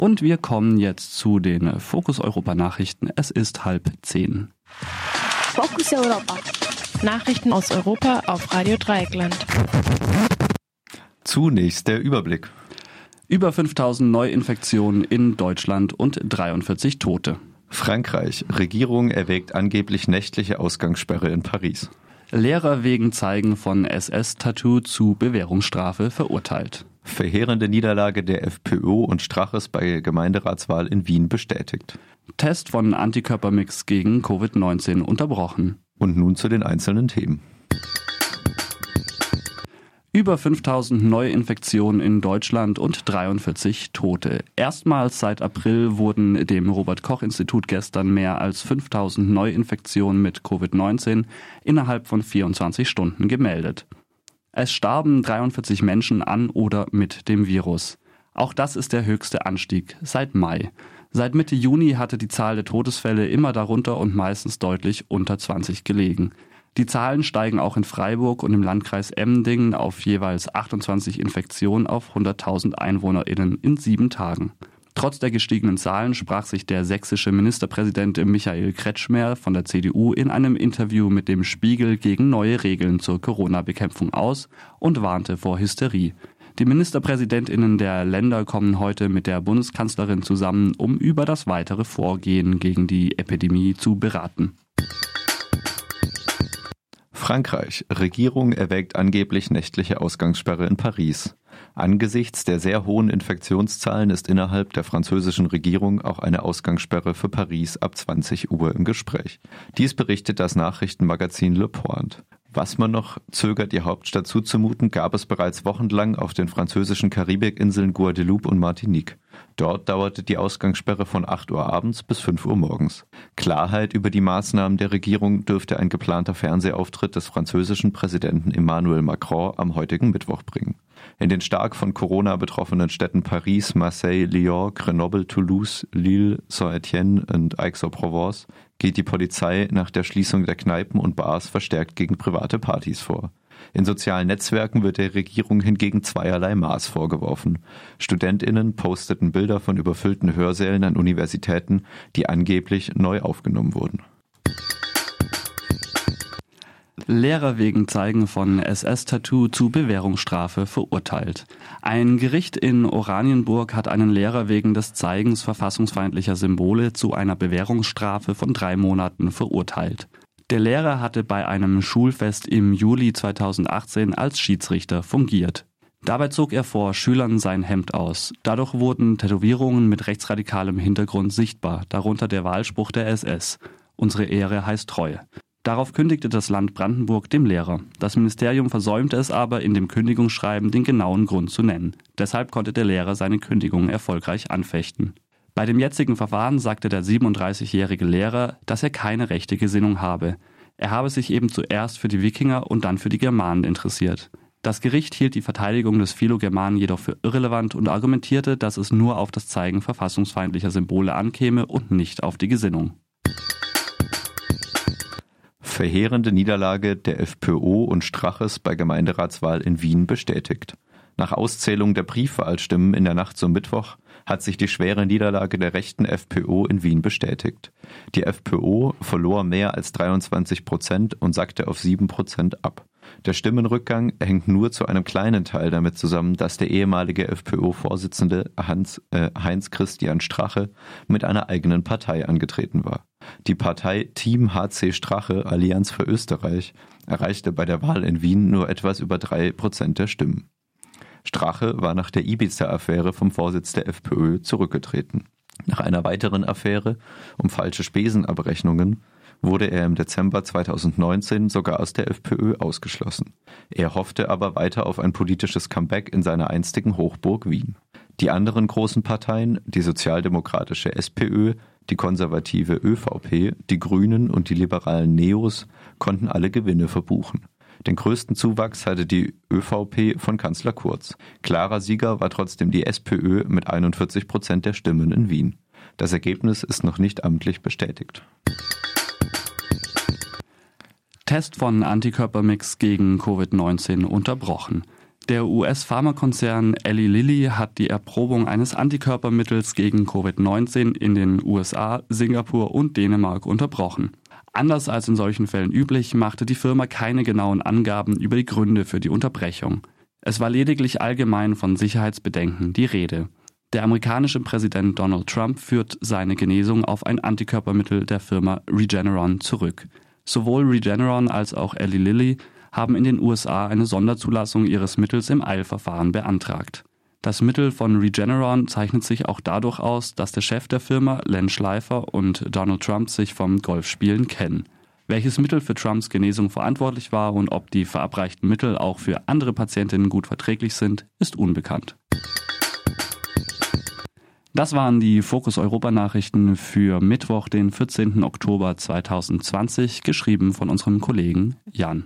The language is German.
Und wir kommen jetzt zu den Fokus Europa Nachrichten. Es ist 9:30. Fokus Europa. Nachrichten aus Europa auf Radio Dreieckland. Zunächst der Überblick. Über 5000 Neuinfektionen in Deutschland und 43 Tote. Frankreich. Regierung erwägt angeblich nächtliche Ausgangssperre in Paris. Lehrer wegen Zeigen von SS-Tattoo zu Bewährungsstrafe verurteilt. Verheerende Niederlage der FPÖ und Straches bei Gemeinderatswahl in Wien bestätigt. Test von Antikörpermix gegen Covid-19 unterbrochen. Und nun zu den einzelnen Themen. Über 5000 Neuinfektionen in Deutschland und 43 Tote. Erstmals seit April wurden dem Robert-Koch-Institut gestern mehr als 5000 Neuinfektionen mit Covid-19 innerhalb von 24 Stunden gemeldet. Es starben 43 Menschen an oder mit dem Virus. Auch das ist der höchste Anstieg seit Mai. Seit Mitte Juni hatte die Zahl der Todesfälle immer darunter und meistens deutlich unter 20 gelegen. Die Zahlen steigen auch in Freiburg und im Landkreis Emmendingen auf jeweils 28 Infektionen auf 100.000 EinwohnerInnen in 7 Tagen. Trotz der gestiegenen Zahlen sprach sich der sächsische Ministerpräsident Michael Kretschmer von der CDU in einem Interview mit dem Spiegel gegen neue Regeln zur Corona-Bekämpfung aus und warnte vor Hysterie. Die MinisterpräsidentInnen der Länder kommen heute mit der Bundeskanzlerin zusammen, um über das weitere Vorgehen gegen die Epidemie zu beraten. Frankreich. Regierung erwägt angeblich nächtliche Ausgangssperre in Paris. Angesichts der sehr hohen Infektionszahlen ist innerhalb der französischen Regierung auch eine Ausgangssperre für Paris ab 20 Uhr im Gespräch. Dies berichtet das Nachrichtenmagazin Le Point. Was man noch zögert, die Hauptstadt zuzumuten, gab es bereits wochenlang auf den französischen Karibikinseln Guadeloupe und Martinique. Dort dauerte die Ausgangssperre von 8 Uhr abends bis 5 Uhr morgens. Klarheit über die Maßnahmen der Regierung dürfte ein geplanter Fernsehauftritt des französischen Präsidenten Emmanuel Macron am heutigen Mittwoch bringen. In den stark von Corona betroffenen Städten Paris, Marseille, Lyon, Grenoble, Toulouse, Lille, Saint-Étienne und Aix-en-Provence geht die Polizei nach der Schließung der Kneipen und Bars verstärkt gegen private Partys vor. In sozialen Netzwerken wird der Regierung hingegen zweierlei Maß vorgeworfen. StudentInnen posteten Bilder von überfüllten Hörsälen an Universitäten, die angeblich neu aufgenommen wurden. Lehrer wegen Zeigen von SS-Tattoo zu Bewährungsstrafe verurteilt. Ein Gericht in Oranienburg hat einen Lehrer wegen des Zeigens verfassungsfeindlicher Symbole zu einer Bewährungsstrafe von 3 Monaten verurteilt. Der Lehrer hatte bei einem Schulfest im Juli 2018 als Schiedsrichter fungiert. Dabei zog er vor Schülern sein Hemd aus. Dadurch wurden Tätowierungen mit rechtsradikalem Hintergrund sichtbar, darunter der Wahlspruch der SS: Unsere Ehre heißt Treue. Darauf kündigte das Land Brandenburg dem Lehrer. Das Ministerium versäumte es aber, in dem Kündigungsschreiben den genauen Grund zu nennen. Deshalb konnte der Lehrer seine Kündigung erfolgreich anfechten. Bei dem jetzigen Verfahren sagte der 37-jährige Lehrer, dass er keine rechte Gesinnung habe. Er habe sich eben zuerst für die Wikinger und dann für die Germanen interessiert. Das Gericht hielt die Verteidigung des Philogermanen jedoch für irrelevant und argumentierte, dass es nur auf das Zeigen verfassungsfeindlicher Symbole ankäme und nicht auf die Gesinnung. Verheerende Niederlage der FPÖ und Straches bei Gemeinderatswahl in Wien bestätigt. Nach Auszählung der Briefwahlstimmen in der Nacht zum Mittwoch hat sich die schwere Niederlage der rechten FPÖ in Wien bestätigt. Die FPÖ verlor mehr als 23% und sackte auf 7% ab. Der Stimmenrückgang hängt nur zu einem kleinen Teil damit zusammen, dass der ehemalige FPÖ-Vorsitzende Heinz-Christian Strache mit einer eigenen Partei angetreten war. Die Partei Team HC Strache Allianz für Österreich erreichte bei der Wahl in Wien nur etwas über 3% der Stimmen. Strache war nach der Ibiza-Affäre vom Vorsitz der FPÖ zurückgetreten. Nach einer weiteren Affäre um falsche Spesenabrechnungen wurde er im Dezember 2019 sogar aus der FPÖ ausgeschlossen. Er hoffte aber weiter auf ein politisches Comeback in seiner einstigen Hochburg Wien. Die anderen großen Parteien, die sozialdemokratische SPÖ, die konservative ÖVP, die Grünen und die liberalen Neos, konnten alle Gewinne verbuchen. Den größten Zuwachs hatte die ÖVP von Kanzler Kurz. Klarer Sieger war trotzdem die SPÖ mit 41% der Stimmen in Wien. Das Ergebnis ist noch nicht amtlich bestätigt. Test von Antikörpermix gegen Covid-19 unterbrochen. Der US-Pharmakonzern Eli Lilly hat die Erprobung eines Antikörpermittels gegen Covid-19 in den USA, Singapur und Dänemark unterbrochen. Anders als in solchen Fällen üblich, machte die Firma keine genauen Angaben über die Gründe für die Unterbrechung. Es war lediglich allgemein von Sicherheitsbedenken die Rede. Der amerikanische Präsident Donald Trump führt seine Genesung auf ein Antikörpermittel der Firma Regeneron zurück. Sowohl Regeneron als auch Eli Lilly haben in den USA eine Sonderzulassung ihres Mittels im Eilverfahren beantragt. Das Mittel von Regeneron zeichnet sich auch dadurch aus, dass der Chef der Firma, Len Schleifer, und Donald Trump sich vom Golfspielen kennen. Welches Mittel für Trumps Genesung verantwortlich war und ob die verabreichten Mittel auch für andere Patientinnen gut verträglich sind, ist unbekannt. Das waren die Fokus Europa Nachrichten für Mittwoch, den 14. Oktober 2020, geschrieben von unserem Kollegen Jan.